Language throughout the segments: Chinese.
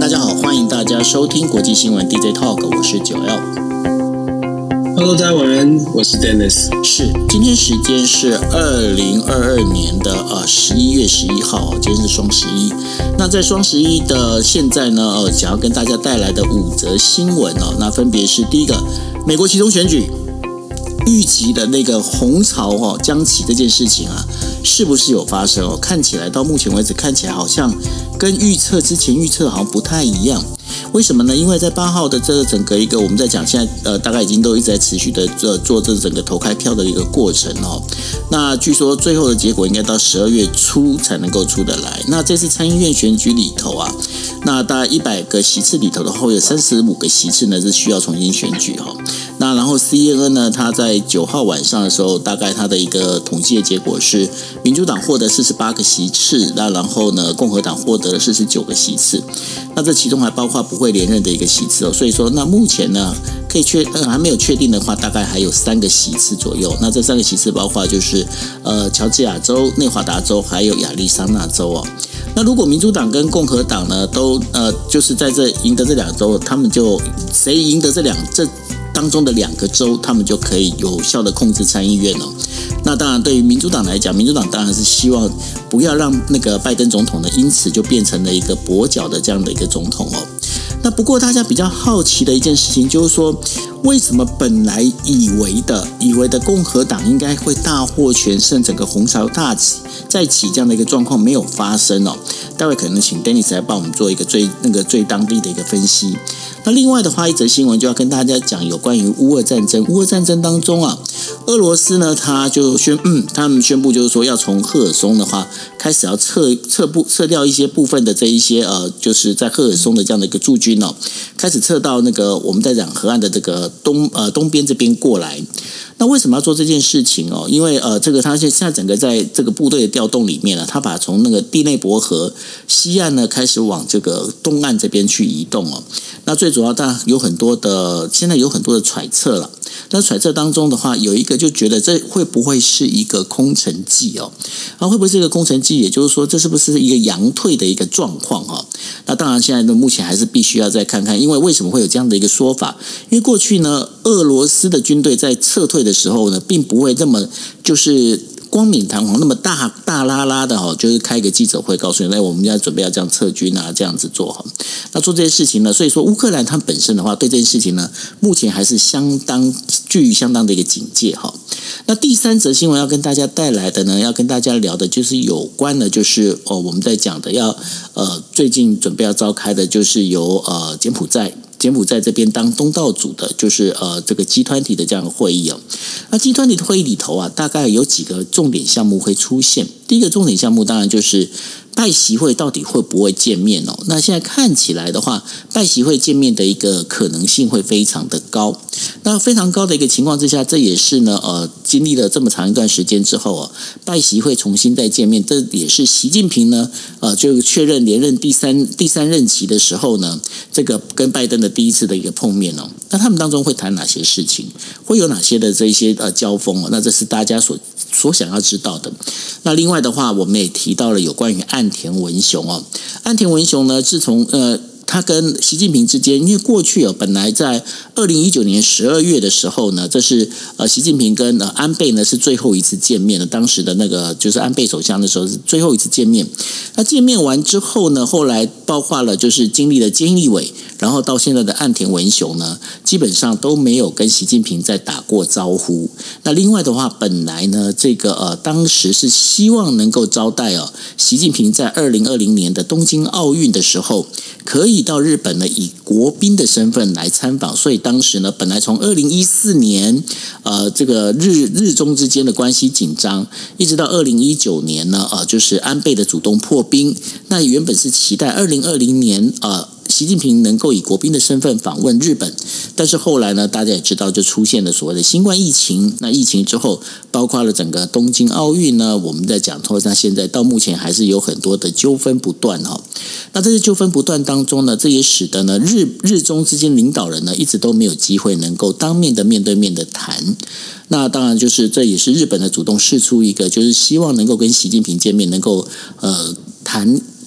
大家好，欢迎大家收听国际新闻 DJ Talk， 我是9L。Hello， 大家晚安，我是 Dennis。 是，今天时间是2022年的11月11号，今天是双11。那在双11的现在呢，想要跟大家带来的5则新闻哦，那分别是第一个，美国期中选举预期的那个红潮将起这件事情啊，是不是有发生哦？看起来到目前为止，看起来好像跟之前预测好像不太一样。为什么呢？因为在8号的这个整个一个我们在讲，现在大概已经都一直在持续的做这整个投开票的一个过程哦。那据说最后的结果应该到12月初才能够出得来。那这次参议院选举里头啊，那大概100个席次里头的话，有35个席次呢是需要重新选举哈。那然后 CNN 呢，它在9号晚上的时候，大概它的一个统计的结果是，民主党获得48个席次，那然后呢，共和党获得了49个席次。那这其中还包括不会连任的一个席次哦。所以说，那目前呢，可以还没有确定的话，大概还有3个席次左右。那这3个席次包括就是乔治亚州、内华达州还有亚利桑那州哦。那如果民主党跟共和党呢都就是在这赢得这2州，他们就谁赢得这当中的2个州，他们就可以有效的控制参议院哦。那当然，对于民主党来讲，民主党当然是希望不要让那个拜登总统呢，因此就变成了一个跛脚的这样的一个总统哦。那不过大家比较好奇的一件事情就是说，为什么本来以为的共和党应该会大获全胜，整个红潮再起这样的一个状况没有发生哦。待会可能请 Dennis 来帮我们做一个最当地的一个分析。那另外的话，一则新闻就要跟大家讲有关于乌俄战争。乌俄战争当中啊，俄罗斯呢，他们宣布就是说要从赫尔松的话开始要撤掉一些部分的这一些就是在赫尔松的这样的一个驻军哦，开始撤到那个我们在讲河岸的这个东边这边过来。那为什么要做这件事情哦？因为这个他现在整个在这个部队的调动里面呢，他把从那个第内伯河西岸呢开始往这个东岸这边去移动哦。那最主要当然现在有很多的揣测了。那揣测当中的话，有一个就觉得这会不会是一个空城计哦？会不会是一个空城计？也就是说，这是不是一个阳退的一个状况哦？那当然，现在目前还是必须要再看看，因为为什么会有这样的一个说法？因为过去呢，俄罗斯的军队在撤退的时候呢，并不会这么就是光冕堂皇那么大拉拉的哈，就是开个记者会告诉你，我们要准备要这样撤军啊，这样子做哈。那做这些事情呢，所以说乌克兰它本身的话，对这件事情呢，目前还是相当的一个警戒哈。那第3则新闻要跟大家带来的呢，要跟大家聊的就是有关的，就是我们在讲的最近准备要召开的，就是由柬埔寨这边当东道主的，就是这个G20的这样的会议哦。那G20的会议里头啊，大概有几个重点项目会出现。第一个重点项目当然就是拜习会到底会不会见面哦？那现在看起来的话，拜习会见面的一个可能性会非常的高。那非常高的一个情况之下，这也是呢经历了这么长一段时间之后拜习会重新再见面，这也是习近平呢就确认连任第三任期的时候呢，这个跟拜登的第一次的一个碰面哦。那他们当中会谈哪些事情？会有哪些的这些交锋哦？那这是大家所想要知道的。那另外的话，我们也提到了有关于岸田文雄哦。岸田文雄呢，自从他跟习近平之间，因为过去本来在2019年12月的时候呢，这是习近平跟安倍呢是最后一次见面的，当时的那个就是安倍首相的时候是最后一次见面。那见面完之后呢，后来包括了就是经历了菅义伟，然后到现在的岸田文雄呢，基本上都没有跟习近平再打过招呼。那另外的话，本来呢这个当时是希望能够招待习近平在2020年的东京奥运的时候，可以到日本呢以国宾的身份来参访。所以当时呢，本来从2014年这个日中之间的关系紧张，一直到2019年呢就是安倍的主动破冰。那原本是期待2020年习近平能够以国宾的身份访问日本，但是后来呢，大家也知道就出现了所谓的新冠疫情。那疫情之后，包括了整个东京奥运呢，我们在讲说，那现在到目前还是有很多的纠纷不断哈。那这些纠纷不断当中呢，这也使得呢日中之间领导人呢一直都没有机会能够当面对面的谈。那当然就是这也是日本的主动释出一个，就是希望能够跟习近平见面，能够谈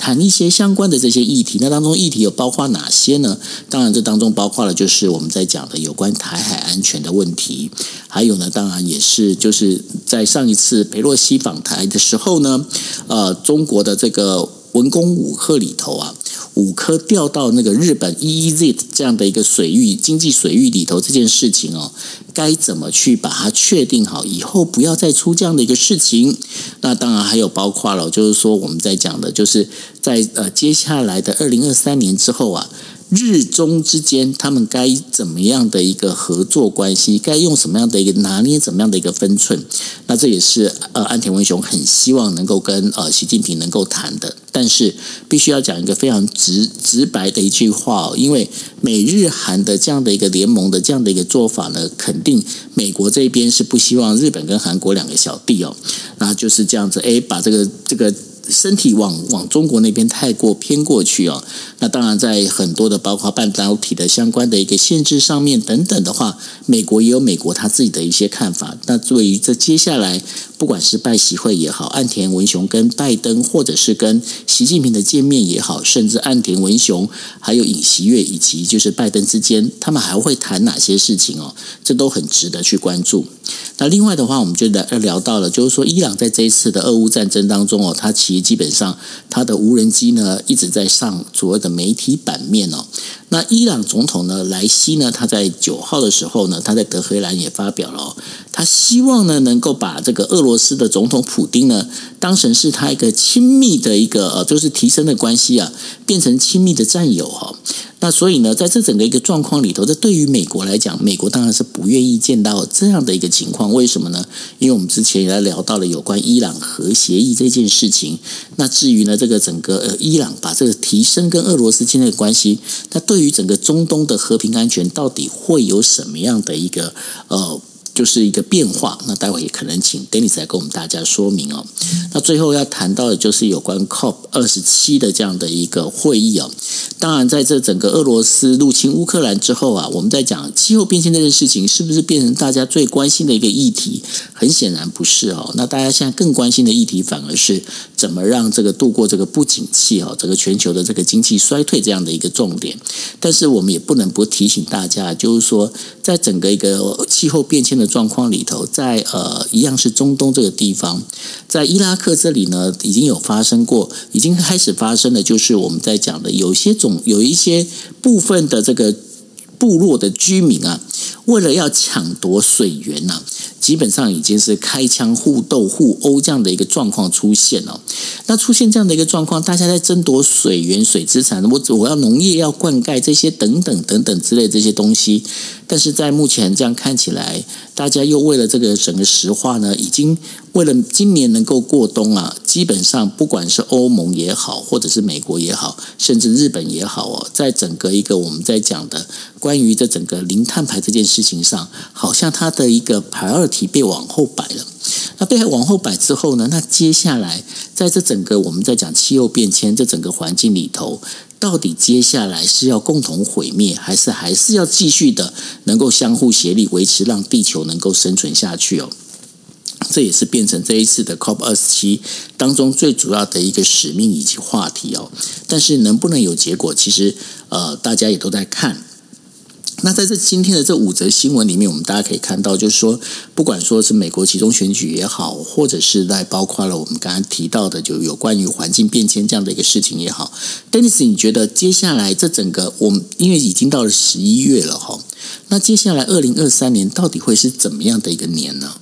谈一些相关的这些议题。那当中议题有包括哪些呢？当然这当中包括了就是我们在讲的有关台海安全的问题，还有呢当然也是就是在上一次裴洛西访台的时候呢，中国的这个文攻武吓里头啊，5颗掉到那个日本 EEZ 这样的一个经济水域里头这件事情哦，该怎么去把它确定好，以后不要再出这样的一个事情。那当然还有包括了，就是说我们在讲的，就是在接下来的2023年之后啊，日中之间他们该怎么样的一个合作关系，该用什么样的一个拿捏怎么样的一个分寸。那这也是岸田文雄很希望能够跟习近平能够谈的。但是必须要讲一个非常直白的一句话哦，因为美日韩的这样的一个联盟的这样的一个做法呢，肯定美国这边是不希望日本跟韩国两个小弟哦，那就是这样子把这个身体往中国那边太过偏过去哦。那当然在很多的包括半导体的相关的一个限制上面等等的话，美国也有美国他自己的一些看法。那对于这接下来不管是拜习会也好，岸田文雄跟拜登或者是跟习近平的见面也好，甚至岸田文雄还有尹锡悦以及就是拜登之间，他们还会谈哪些事情哦？这都很值得去关注。那另外的话，我们就聊到了，就是说伊朗在这一次的俄乌战争当中哦，它其实基本上它的无人机呢一直在上所谓的媒体版面哦。那伊朗总统呢莱西呢，他在9号的时候呢，他在德黑兰也发表了哦，他希望呢能够把这个俄罗斯的总统普丁呢当成是他一个亲密的一个就是提升的关系啊，变成亲密的战友哈。那所以呢，在这整个一个状况里头，这对于美国来讲，美国当然是不愿意见到这样的一个情况。为什么呢？因为我们之前也聊到了有关伊朗核协议这件事情。那至于呢，这个整个伊朗把这个提升跟俄罗斯之间的关系，那对于整个中东的和平安全到底会有什么样的一个就是一个变化，那待会也可能请 Dennis 来跟我们大家说明哦。那最后要谈到的就是有关 COP27 的这样的一个会议哦。当然，在这整个俄罗斯入侵乌克兰之后啊，我们在讲气候变迁这件事情，是不是变成大家最关心的一个议题？很显然不是哦。那大家现在更关心的议题，反而是怎么让这个度过这个不景气哦，这个全球的这个经济衰退这样的一个重点。但是我们也不能不提醒大家，就是说，在整个一个气候变迁的状况里头，在一样是中东这个地方，在伊拉克这里呢，已经有发生过，已经开始发生的，就是我们在讲的有一些部分的这个部落的居民啊，为了要抢夺水源啊，基本上已经是开枪互斗互殴这样的一个状况出现哦。那出现这样的一个状况，大家在争夺水源、水资产，我要农业要灌溉这些等等等等之类这些东西。但是在目前这样看起来，大家又为了这个整个石化呢，已经为了今年能够过冬啊，基本上不管是欧盟也好，或者是美国也好，甚至日本也好哦，在整个一个我们在讲的关于这整个零碳排这件事情上，好像它的一个 priority 被往后摆了。那被往后摆之后呢，那接下来在这整个我们在讲气候变迁这整个环境里头，到底接下来是要共同毁灭，还是要继续的能够相互协力维持，让地球能够生存下去哦？这也是变成这一次的 COP27 当中最主要的一个使命以及话题哦。但是能不能有结果，其实大家也都在看。那在这今天的这5则新闻里面，我们大家可以看到，就是说，不管说是美国期中选举也好，或者是在包括了我们刚刚提到的，就有关于环境变迁这样的一个事情也好 ，Dennis， 你觉得接下来这整个我们因为已经到了11月了哈，那接下来2023年到底会是怎么样的一个年呢？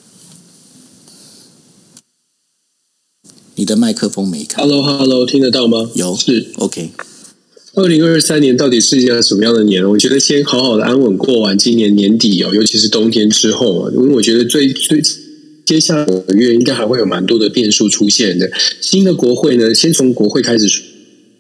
你的麦克风没开。 Hello， 听得到吗？ 有， 是 OK。 2023年到底是一个什么样的年？我觉得先好好的安稳过完今年年底哦，尤其是冬天之后啊，因为我觉得最接下来2个月应该还会有蛮多的变数出现的。新的国会呢，先从国会开始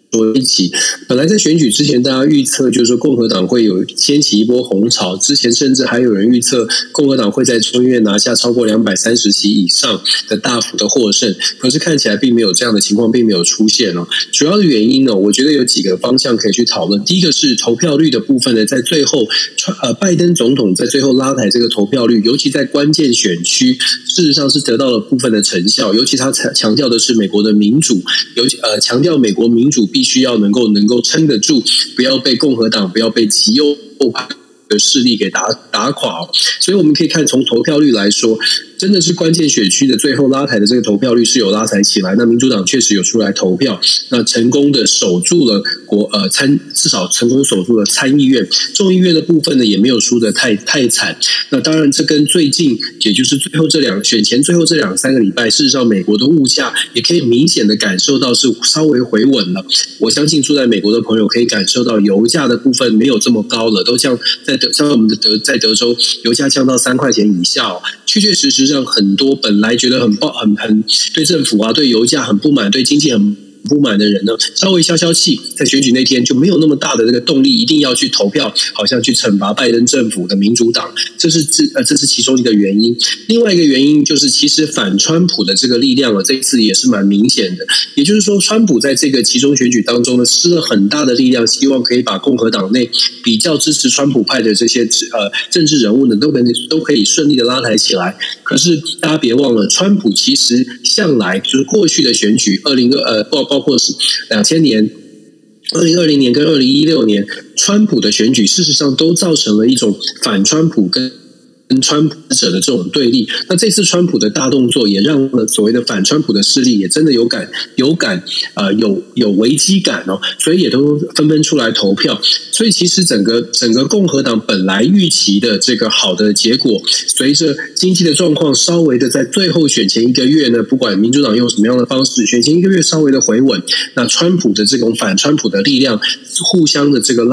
一起，本来在选举之前，大家预测就是说共和党会有掀起一波红潮，之前甚至还有人预测共和党会在众议院拿下超过230席以上的大幅的获胜，可是看起来并没有这样的情况，并没有出现哦。主要的原因呢，我觉得有几个方向可以去讨论。第一个是投票率的部分呢，在最后拜登总统在最后拉抬这个投票率，尤其在关键选区，事实上是得到了部分的成效，尤其他强调的是美国的民主，强调美国民主必须要能够撑得住，不要被共和党，不要被极右派的势力给打垮哦。所以我们可以看从投票率来说，真的是关键选区的最后拉抬的这个投票率是有拉抬起来。那民主党确实有出来投票，那成功的守住了至少成功守住了参议院，众议院的部分呢也没有输得太惨。那当然，这跟最近也就是选前最后这2-3个礼拜，事实上美国的物价也可以明显的感受到是稍微回稳了。我相信住在美国的朋友可以感受到油价的部分没有这么高了，都像我们在德州油价降到3块钱以下哦，确实让很多本来觉得很对政府啊、对油价很不满、对经济很不满的人呢，稍微消气，在选举那天就没有那么大的这个动力，一定要去投票，好像去惩罚拜登政府的民主党，这是其中一个原因。另外一个原因就是，其实反川普的这个力量这一次也是蛮明显的。也就是说，川普在这个期中选举当中呢，施了很大的力量，希望可以把共和党内比较支持川普派的这些政治人物呢，都可以顺利的拉抬起来。可是大家别忘了，川普其实向来就是过去的选举包括是2000年、2020年跟2016年，川普的选举事实上都造成了一种反川普跟川普者的这种对立。那这次川普的大动作也让了所谓的反川普的势力也真的有危机感哦，所以也都纷纷出来投票。所以其实整个共和党本来预期的这个好的结果，随着经济的状况稍微的在最后选前1个月呢，不管民主党用什么样的方式，选前1个月稍微的回稳，那川普的这种反川普的力量互相的这个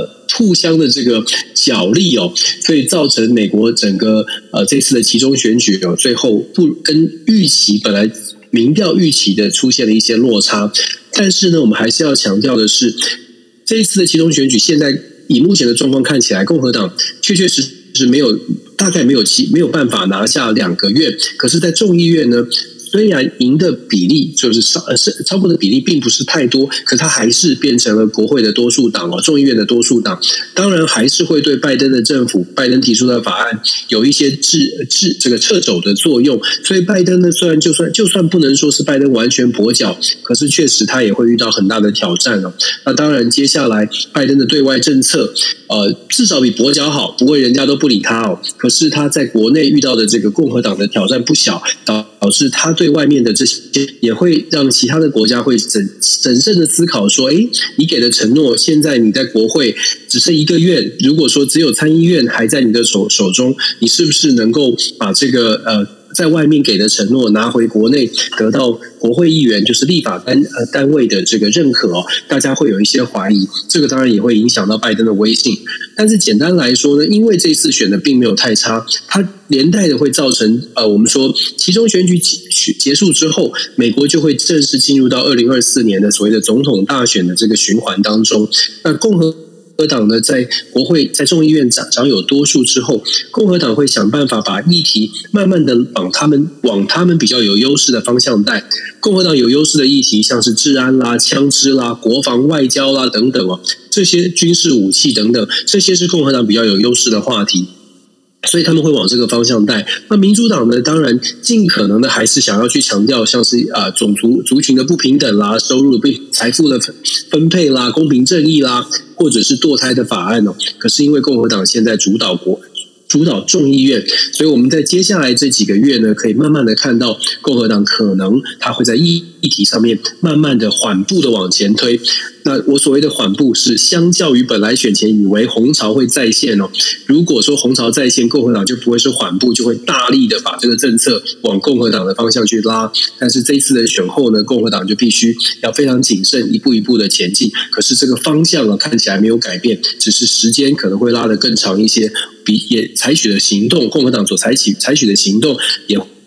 角力哦，所以造成美国整个这次的期中选举最后不跟预期本来民调预期的出现了一些落差。但是呢，我们还是要强调的是，这一次的期中选举现在以目前的状况看起来，共和党确实大概没有办法拿下2个院，可是在众议院呢，虽然赢的比例就是超过的比例并不是太多，可它还是变成了国会的多数党众议院的多数党，当然还是会对拜登的政府、拜登提出的法案有一些这个掣肘的作用。所以拜登呢，虽然就算不能说是拜登完全跛脚，可是确实他也会遇到很大的挑战哦。那当然，接下来拜登的对外政策，至少比跛脚好，不会人家都不理他哦。可是他在国内遇到的这个共和党的挑战不小，导致他对外面的这些也会让其他的国家会审慎的思考说，你给的承诺，现在你在国会只剩1个院，如果说只有参议院还在你的手中，你是不是能够把这个在外面给的承诺拿回国内，得到国会议员就是立法单位的这个认可哦，大家会有一些怀疑，这个当然也会影响到拜登的威信。但是简单来说呢，因为这次选的并没有太差，它连带的会造成我们说期中选举结束之后，美国就会正式进入到2024年的所谓的总统大选的这个循环当中。那共和党呢，在国会在众议院掌有多数之后，共和党会想办法把议题慢慢的往他们比较有优势的方向带。共和党有优势的议题，像是治安啦、枪支啦、国防外交啦等等这些军事武器等等，这些是共和党比较有优势的话题。所以他们会往这个方向带。那民主党呢，当然尽可能的还是想要去强调像是族群的不平等啦、收入的财富的分配啦、公平正义啦，或者是堕胎的法案哦。可是因为共和党现在主导众议院，所以我们在接下来这几个月呢，可以慢慢的看到共和党可能它会在议题上面慢慢的缓步的往前推。那我所谓的缓步是相较于本来选前以为红潮会再现哦，如果说红潮再现，共和党就不会是缓步，就会大力的把这个政策往共和党的方向去拉。但是这一次的选后呢，共和党就必须要非常谨慎，一步一步的前进。可是这个方向看起来没有改变，只是时间可能会拉得更长一些，也采取的行动，共和党所采取的行动也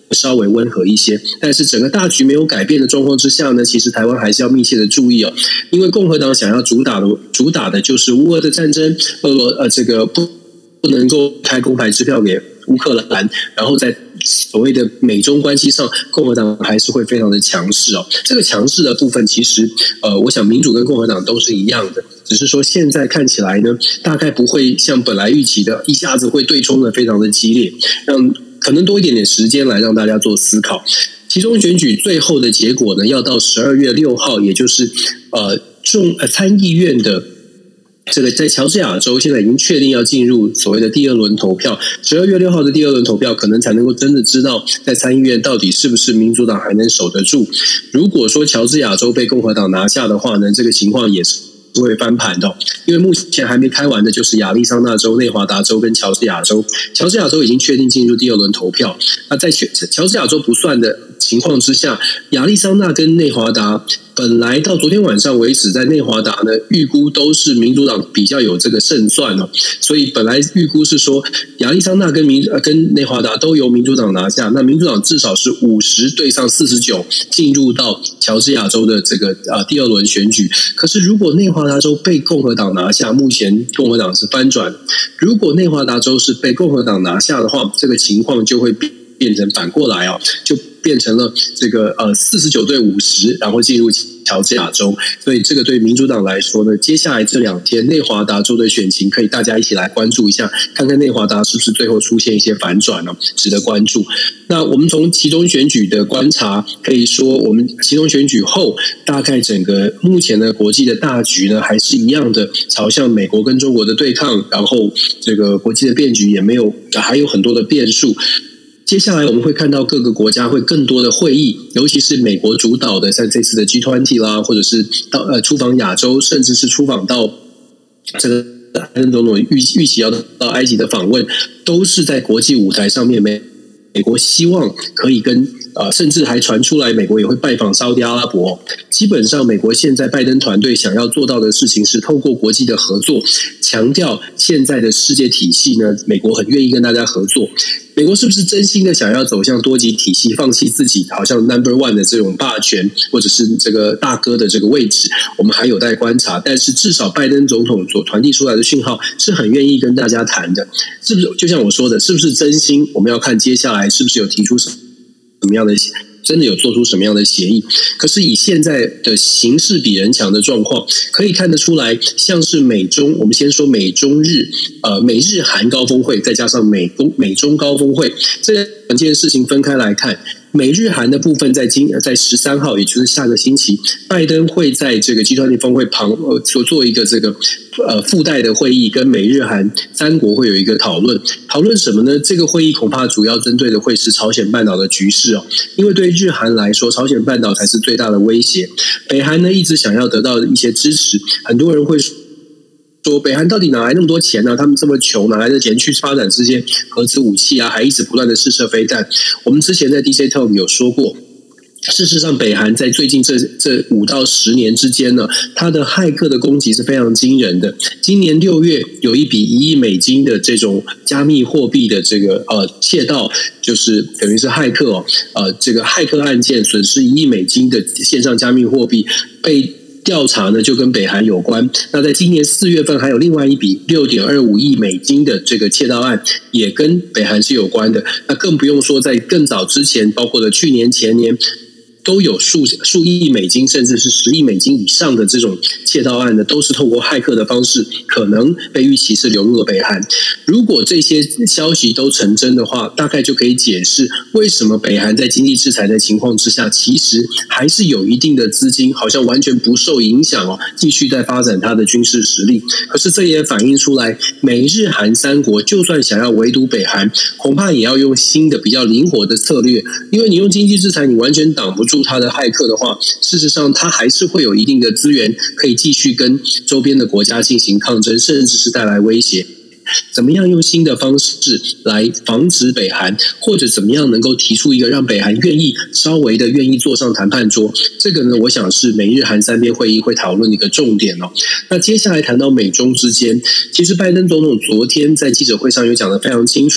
稍微温和一些，但是整个大局没有改变的状况之下呢，其实台湾还是要密切的注意哦，因为共和党想要主打的就是乌俄的战争，这个不能够开公牌支票给乌克兰，然后在所谓的美中关系上，共和党还是会非常的强势哦。这个强势的部分，其实我想民主跟共和党都是一样的，只是说现在看起来呢，大概不会像本来预期的，一下子会对冲的非常的激烈，让可能多一点点时间来让大家做思考。其中选举最后的结果呢，要到12月6号，也就是参议院的这个在乔治亚州现在已经确定要进入所谓的第2轮投票。12月6号的第2轮投票，可能才能够真的知道在参议院到底是不是民主党还能守得住。如果说乔治亚州被共和党拿下的话呢，这个情况也是会翻盘的，因为目前还没开完的就是亚利桑那州、内华达州跟乔治亚州。乔治亚州已经确定进入第2轮投票，那在乔治亚州不算的情况之下，亚利桑那跟内华达本来到昨天晚上为止，在内华达呢预估都是民主党比较有这个胜算哦，所以本来预估是说亚利桑那跟内华达都由民主党拿下，那民主党至少是50对上49进入到乔治亚州的这个第2轮选举。可是如果内华达州被共和党拿下，目前共和党是翻转，如果内华达州是被共和党拿下的话，这个情况就会变成反过来哦，就变成了这个49对50，然后进入乔治亚州。所以这个对民主党来说呢，接下来这2天内华达州的选情可以大家一起来关注一下，看看内华达是不是最后出现一些反转呢，值得关注。那我们从期中选举的观察可以说，我们期中选举后大概整个目前的国际的大局呢还是一样的，朝向美国跟中国的对抗，然后这个国际的变局也没有，还有很多的变数。接下来我们会看到各个国家会更多的会议，尤其是美国主导的像这次的 G20 啦，或者是到出访亚洲，甚至是出访到这个拜登总统预期要到埃及的访问，都是在国际舞台上面美国希望可以跟甚至还传出来美国也会拜访沙特阿拉伯。基本上美国现在拜登团队想要做到的事情是透过国际的合作，强调现在的世界体系呢，美国很愿意跟大家合作。美国是不是真心的想要走向多极体系，放弃自己好像 No.1 的这种霸权或者是这个大哥的这个位置，我们还有待观察。但是至少拜登总统所传递出来的讯号是很愿意跟大家谈的，是不是？就像我说的，是不是真心？我们要看接下来是不是有提出什么样的，真的有做出什么样的协议。可是以现在的形势比人强的状况，可以看得出来，像是美中，我们先说美中日美日韩高峰会，再加上美中高峰会，这两件事情分开来看。美日韩的部分在13号，也就是下个星期，拜登会在这个G20峰会旁做一个这个附带的会议，跟美日韩3国会有一个讨论什么呢？这个会议恐怕主要针对的会是朝鲜半岛的局势哦，因为对日韩来说，朝鲜半岛才是最大的威胁。北韩呢一直想要得到一些支持，很多人会说北韩到底哪来那么多钱呢？他们这么穷，哪来的钱去发展这些核子武器啊？还一直不断的试射飞弹。我们之前在 DJ Talk 有说过，事实上北韩在最近这5到10年之间呢，它的骇客的攻击是非常惊人的。今年6月有一笔1亿美金的这种加密货币的这个窃盗，就是等于是骇客这个骇客案件损失1亿美金的线上加密货币被调查呢，就跟北韩有关。那在今年4月份还有另外一笔6.25亿美金的这个窃盗案，也跟北韩是有关的。那更不用说在更早之前，包括了去年、前年，都有数亿美金，甚至是10亿美金以上的这种窃盗案呢，都是透过骇客的方式，可能被预期是流入了北韩。如果这些消息都成真的话，大概就可以解释为什么北韩在经济制裁的情况之下，其实还是有一定的资金，好像完全不受影响继续在发展它的军事实力。可是这也反映出来，美日韩3国就算想要围堵北韩，恐怕也要用新的比较灵活的策略，因为你用经济制裁，你完全挡不住他的骇客的话，事实上他还是会有一定的资源可以继续跟周边的国家进行抗争，甚至是带来威胁。怎么样用新的方式来防止北韩，或者怎么样能够提出一个让北韩稍微的愿意坐上谈判桌，这个呢，我想是美日韩3边会议会讨论的一个重点哦。那接下来谈到美中之间，其实拜登总统昨天在记者会上有讲得非常清楚，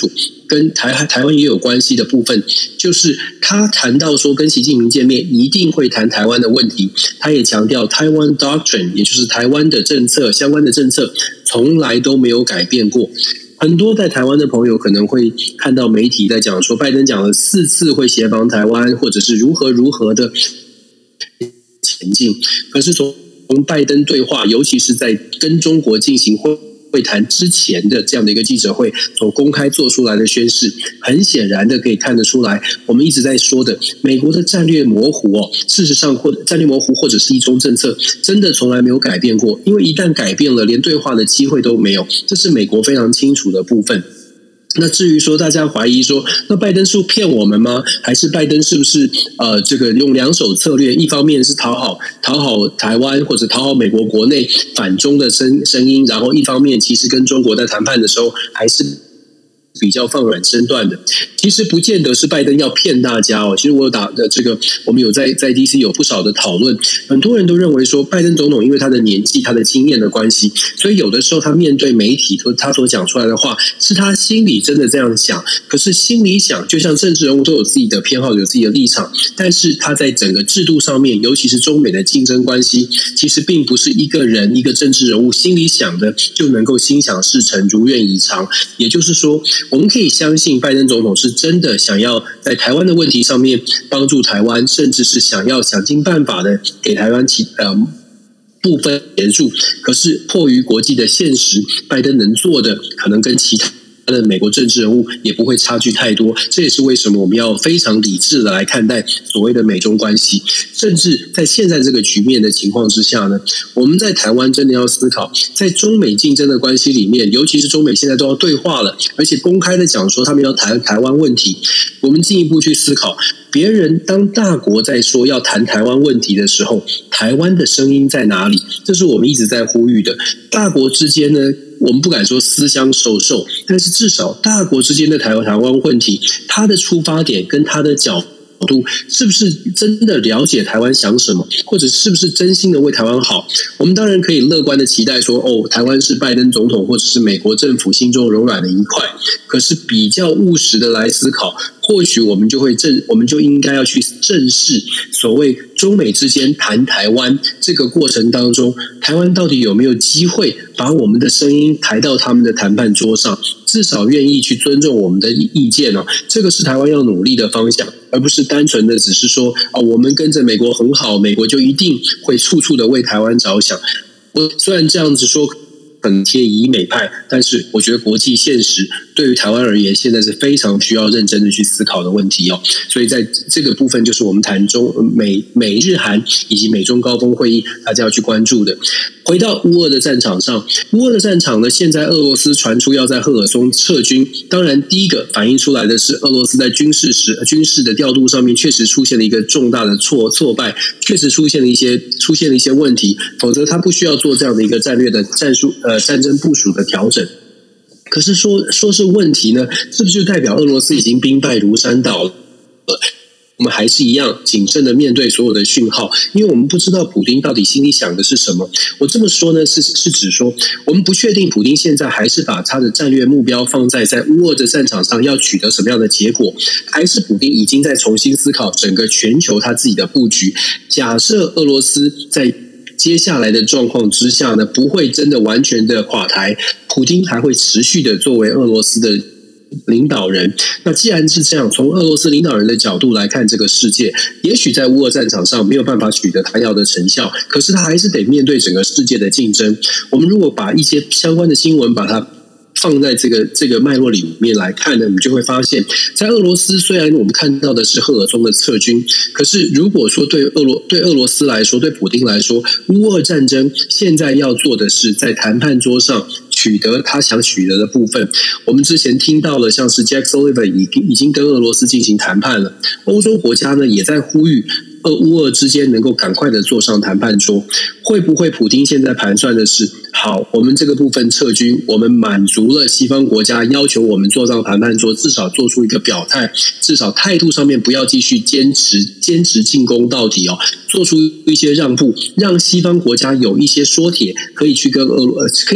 跟台湾也有关系的部分，就是他谈到说跟习近平见面一定会谈台湾的问题，他也强调台湾 Doctrine， 也就是台湾的政策，相关的政策从来都没有改变过。很多在台湾的朋友可能会看到媒体在讲说，拜登讲了4次会协防台湾，或者是如何的前进。可是从拜登对话，尤其是在跟中国进行会谈之前的这样的一个记者会所公开做出来的宣示，很显然的可以看得出来，我们一直在说的美国的战略模糊事实上战略模糊或者是一中政策真的从来没有改变过，因为一旦改变了，连对话的机会都没有，这是美国非常清楚的部分。那至于说大家怀疑说，那拜登是骗我们吗？还是拜登是不是这个用两手策略，一方面是讨好台湾或者讨好美国国内反中的声音，然后一方面其实跟中国在谈判的时候还是比较放软身段的。其实不见得是拜登要骗大家其实我有我们有在 DC 有不少的讨论，很多人都认为说，拜登总统因为他的年纪、他的经验的关系，所以有的时候他面对媒体他所讲出来的话，是他心里真的这样想。可是心里想，就像政治人物都有自己的偏好，有自己的立场，但是他在整个制度上面，尤其是中美的竞争关系，其实并不是一个人一个政治人物心里想的就能够心想事成、如愿以偿。也就是说，我们可以相信拜登总统是真的想要在台湾的问题上面帮助台湾，甚至是想尽办法的给台湾部分援助。可是迫于国际的现实，拜登能做的可能跟其他的美国政治人物也不会差距太多。这也是为什么我们要非常理智的来看待所谓的美中关系。甚至在现在这个局面的情况之下呢，我们在台湾真的要思考，在中美竞争的关系里面，尤其是中美现在都要对话了，而且公开的讲说他们要谈台湾问题，我们进一步去思考，别人当大国在说要谈台湾问题的时候，台湾的声音在哪里？这是我们一直在呼吁的。大国之间呢，我们不敢说私相授受，但是至少大国之间的台湾问题，它的出发点跟它的角度是不是真的了解台湾想什么，或者是不是真心的为台湾好？我们当然可以乐观的期待说，台湾是拜登总统或者是美国政府心中柔软的一块。可是比较务实的来思考，或许我们就应该要去正视所谓中美之间谈台湾这个过程当中，台湾到底有没有机会把我们的声音抬到他们的谈判桌上，至少愿意去尊重我们的意见这个是台湾要努力的方向，而不是单纯的只是说我们跟着美国很好，美国就一定会处处的为台湾着想。我虽然这样子说很贴以美派，但是我觉得国际现实对于台湾而言，现在是非常需要认真的去思考的问题所以在这个部分，就是我们谈美日韩以及美中高峰会议大家要去关注的。回到乌俄的战场上，乌俄的战场呢，现在俄罗斯传出要在赫尔松撤军，当然第一个反映出来的是俄罗斯在军事的调度上面确实出现了一个重大的挫败，确实出现了一些问题，否则他不需要做这样的一个战略的战争部署的调整。可是说是问题呢，是不是就代表俄罗斯已经兵败如山倒了？我们还是一样谨慎的面对所有的讯号，因为我们不知道普丁到底心里想的是什么。我这么说呢，是指说，我们不确定普丁现在还是把他的战略目标放在乌俄的战场上要取得什么样的结果，还是普丁已经在重新思考整个全球他自己的布局。假设俄罗斯在接下来的状况之下呢，不会真的完全的垮台，普丁还会持续的作为俄罗斯的领导人。那既然是这样，从俄罗斯领导人的角度来看这个世界，也许在乌俄战场上没有办法取得他要的成效，可是他还是得面对整个世界的竞争。我们如果把一些相关的新闻把它放在这个脉络里面来看呢，我们就会发现，在俄罗斯虽然我们看到的是赫尔松的撤军，可是如果说对俄罗斯来说，对普丁来说，乌俄战争现在要做的是在谈判桌上取得他想取得的部分。我们之前听到了，像是 Jack Sullivan 已经跟俄罗斯进行谈判了，欧洲国家呢也在呼吁乌俄之间能够赶快的坐上谈判桌。会不会普丁现在盘算的是，好，我们这个部分撤军，我们满足了西方国家要求我们坐上谈判桌，至少做出一个表态，至少态度上面不要继续坚持进攻到底做出一些让步，让西方国家有一些说帖可以去跟可以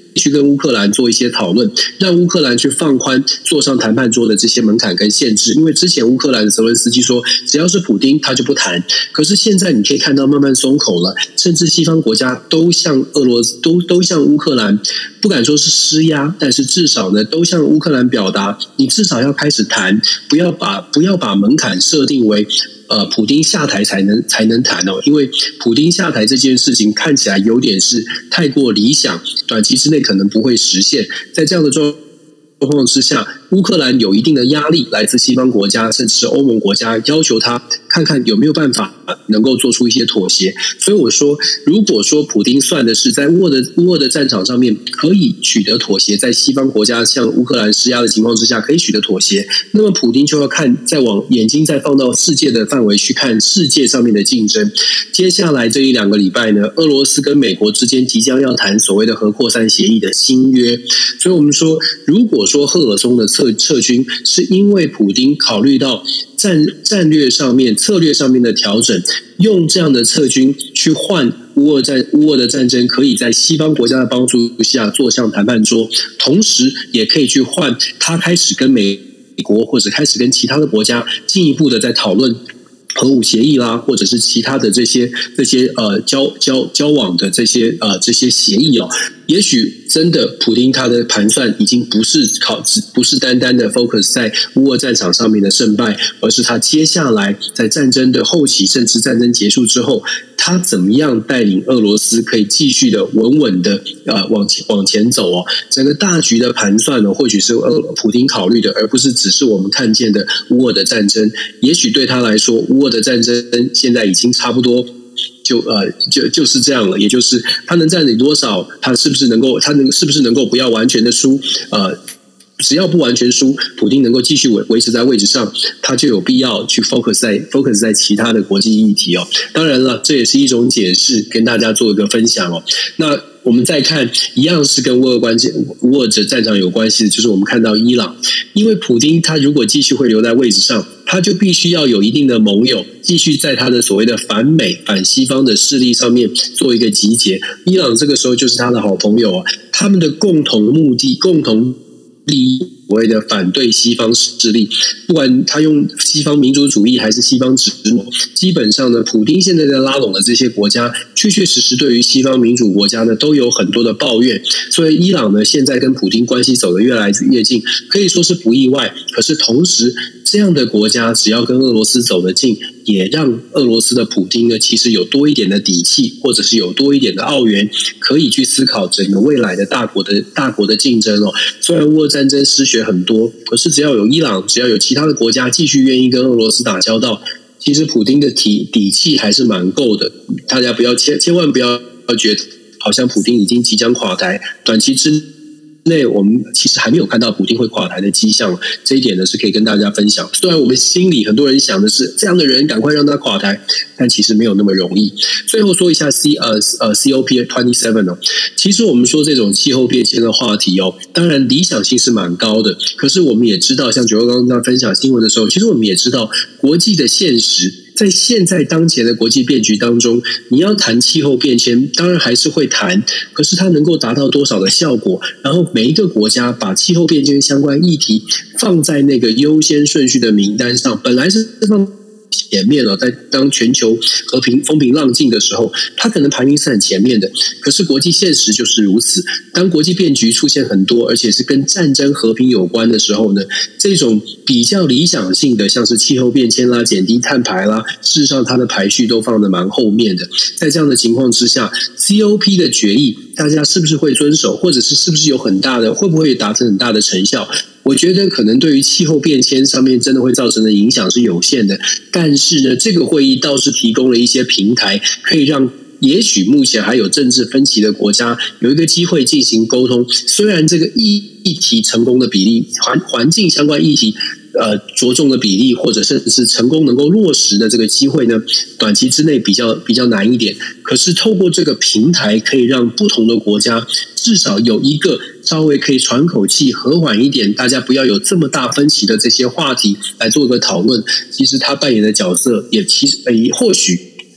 去跟乌克兰做一些讨论，让乌克兰去放宽坐上谈判桌的这些门槛跟限制。因为之前乌克兰的泽伦斯基说，只要是普丁他就不谈。可是现在你可以看到慢慢松口了，甚至西方国家都向都向乌克兰，不敢说是施压，但是至少呢，都向乌克兰表达，你至少要开始谈，不要把门槛设定为普丁下台才能谈哦，因为普丁下台这件事情看起来有点是太过理想，短期之内可能不会实现。在这样的状况之下，乌克兰有一定的压力，来自西方国家甚至是欧盟国家，要求他看看有没有办法能够做出一些妥协。所以我说，如果说普丁算的是在乌俄的战场上面可以取得妥协，在西方国家向乌克兰施压的情况之下可以取得妥协，那么普丁就要看再往眼睛再放到世界的范围去看世界上面的竞争。接下来这1-2个礼拜呢，俄罗斯跟美国之间即将要谈所谓的核扩散协议的新约，所以我们说，如果说赫尔松的撤军是因为普丁考虑到战略上面、策略上面的调整，用这样的撤军去换乌俄的战争，可以在西方国家的帮助下坐上谈判桌，同时也可以去换他开始跟美国或者开始跟其他的国家进一步的在讨论核武协议啦，或者是其他的这些交往的这些协议哦。也许真的普丁他的盘算已经不是单单的 focus 在乌俄战场上面的胜败，而是他接下来在战争的后期，甚至战争结束之后，他怎么样带领俄罗斯可以继续的稳稳的往前走哦。整个大局的盘算呢，或许是普丁考虑的，而不是只是我们看见的乌俄的战争。也许对他来说，乌俄的战争现在已经差不多就是这样了，也就是他能占领多少，他是不是能够不要完全的输，只要不完全输，普丁能够继续维持在位置上，他就有必要去 focus 在其他的国际议题哦。当然了，这也是一种解释，跟大家做一个分享哦。那我们再看，一样是跟乌俄战场有关系的，就是我们看到伊朗，因为普丁他如果继续会留在位置上，他就必须要有一定的盟友，继续在他的所谓的反美、反西方的势力上面做一个集结。伊朗这个时候就是他的好朋友啊，他们的共同目的、共同利益，所谓的反对西方势力，不管他用西方民主主义还是西方殖民，基本上呢，普丁现在在拉拢的这些国家，确实对于西方民主国家呢都有很多的抱怨，所以伊朗呢现在跟普丁关系走得越来越近，可以说是不意外。可是同时，这样的国家只要跟俄罗斯走得近，也让俄罗斯的普丁呢其实有多一点的底气，或者是有多一点的奥援，可以去思考整个未来的大国的竞争哦。虽然乌俄战争失血很多，可是只要有伊朗，只要有其他的国家继续愿意跟俄罗斯打交道，其实普丁的底气还是蛮够的。大家千万不要觉得好像普丁已经即将垮台，短期之内我们其实还没有看到普丁会垮台的迹象，这一点呢是可以跟大家分享。虽然我们心里很多人想的是这样的人赶快让他垮台，但其实没有那么容易。最后说一下COP27 哦，其实我们说这种气候变迁的话题哦，当然理想性是蛮高的，可是我们也知道，像九哥刚刚分享新闻的时候，其实我们也知道国际的现实。在现在当前的国际变局当中，你要谈气候变迁，当然还是会谈，可是它能够达到多少的效果？然后每一个国家把气候变迁相关议题放在那个优先顺序的名单上，本来是放前面了，在当全球和平风平浪静的时候，它可能排名是很前面的。可是国际现实就是如此，当国际变局出现很多，而且是跟战争和平有关的时候呢，这种比较理想性的，像是气候变迁啦、减低碳排啦，事实上它的排序都放得蛮后面的。在这样的情况之下 ，COP 的决议，大家是不是会遵守，或者是不是有很大的，会不会达成很大的成效？我觉得可能对于气候变迁上面真的会造成的影响是有限的，但是呢，这个会议倒是提供了一些平台，可以让也许目前还有政治分歧的国家有一个机会进行沟通。虽然这个议题成功的比例，环境相关议题着重的比例，或者甚至是成功能够落实的这个机会呢，短期之内比较难一点。可是透过这个平台，可以让不同的国家至少有一个稍微可以喘口气、和缓一点，大家不要有这么大分歧的这些话题来做一个讨论。其实他扮演的角色也或许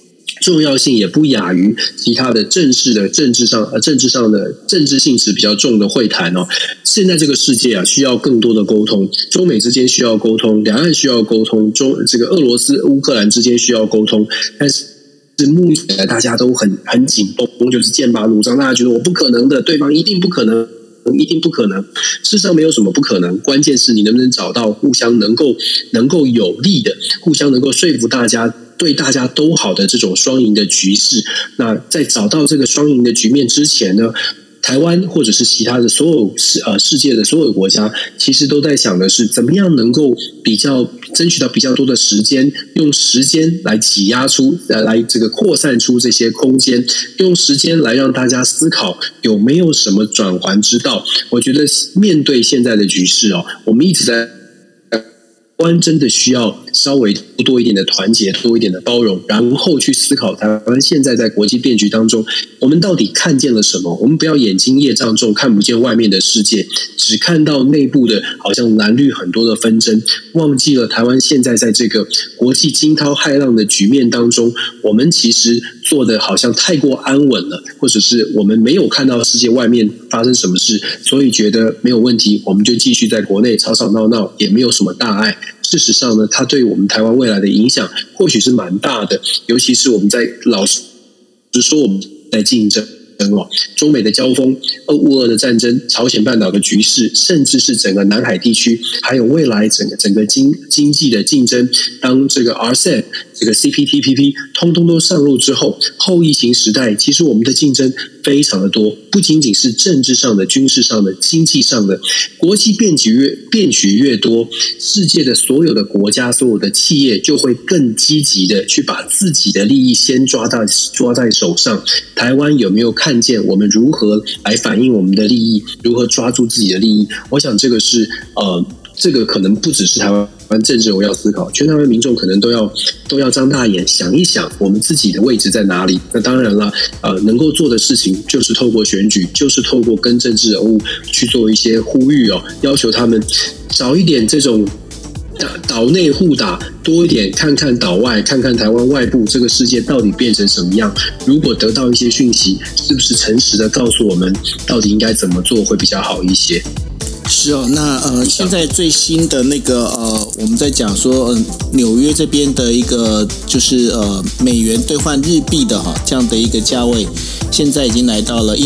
重要性也不亚于其他的政治上的政治性质比较重的会谈哦。现在这个世界啊，需要更多的沟通，中美之间需要沟通，两岸需要沟通，这个俄罗斯、乌克兰之间需要沟通，但是目前大家都很紧绷，就是剑拔弩张，大家觉得我不可能的，对方一定不可能。一定不可能，事实上没有什么不可能，关键是你能不能找到互相能够有利的，互相能够说服大家，对大家都好的这种双赢的局势。那在找到这个双赢的局面之前呢，台湾或者是其他的所有世界的所有国家，其实都在想的是怎么样能够争取到比较多的时间，用时间来挤压出来这个扩散出这些空间，用时间来让大家思考有没有什么转圜之道。我觉得面对现在的局势哦，我们一直在真的需要稍微多一点的团结，多一点的包容，然后去思考台湾现在在国际变局当中，我们到底看见了什么？我们不要眼睛业障重，看不见外面的世界，只看到内部的好像蓝绿很多的纷争，忘记了台湾现在在这个国际惊涛骇浪的局面当中，我们其实做的好像太过安稳了，或者是我们没有看到世界外面发生什么事，所以觉得没有问题，我们就继续在国内吵吵闹闹，也没有什么大碍。事实上呢，它对我们台湾未来的影响或许是蛮大的，尤其是我们在老实说我们在竞争中美的交锋、乌俄的战争、朝鲜半岛的局势，甚至是整个南海地区，还有未来整个经济的竞争，当这个 RCEP、这个 CPTPP 通通都上路之后，后疫情时代，其实我们的竞争非常的多，不仅仅是政治上的、军事上的、经济上的，国际变局越多，世界的所有的国家、所有的企业就会更积极的去把自己的利益先抓在手上。台湾有没有看见我们如何来反映我们的利益，如何抓住自己的利益？我想这个是这个可能不只是台湾政治人物要思考，全台湾民众可能都要张大眼想一想，我们自己的位置在哪里。那当然了，能够做的事情就是透过选举，就是透过跟政治人物去做一些呼吁哦，要求他们少一点这种岛内互打，多一点看看岛外，看看台湾外部这个世界到底变成什么样。如果得到一些讯息，是不是诚实的告诉我们到底应该怎么做会比较好一些？ 是哦，那现在最新的那个我们在讲说纽约这边的一个就是美元兑换日币的这样的一个价位，现在已经来到了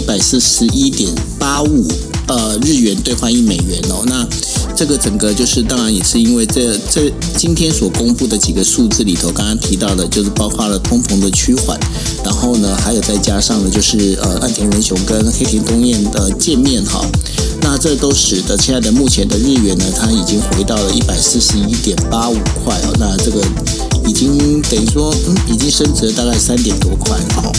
141.85日元兑换1美元哦。那这个整个就是当然也是因为这今天所公布的几个数字里头，刚刚提到的就是包括了通膨的趋缓，然后呢还有再加上了就是岸田文雄跟黑田东彦的见面哈。那这都使得现在的目前的日元呢，它已经回到了141.85块哦。那这个已经等于说已经升值了大概3点多块哦。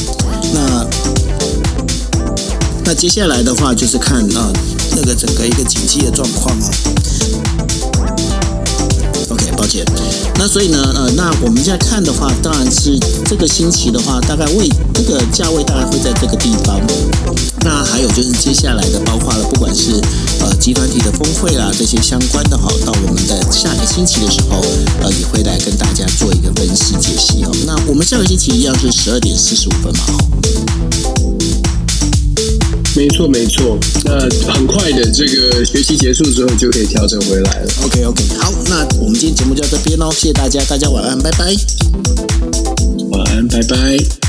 那接下来的话就是看那个整个一个经济的状况哦。OK， 抱歉。那所以呢，那我们现在看的话，当然是这个星期的话，大概这个价位大概会在这个地方。那还有就是接下来的，包括了不管是集团体的峰会啦，这些相关的到我们的下个星期的时候，也会来跟大家做一个分析解析哦。那我们下个星期一样是12点45分嘛没错，那很快的这个学期结束之后就可以调整回来了。 OK， 好，那我们今天节目就到这边喽，谢谢大家，大家晚安，拜拜。 晚安，拜拜。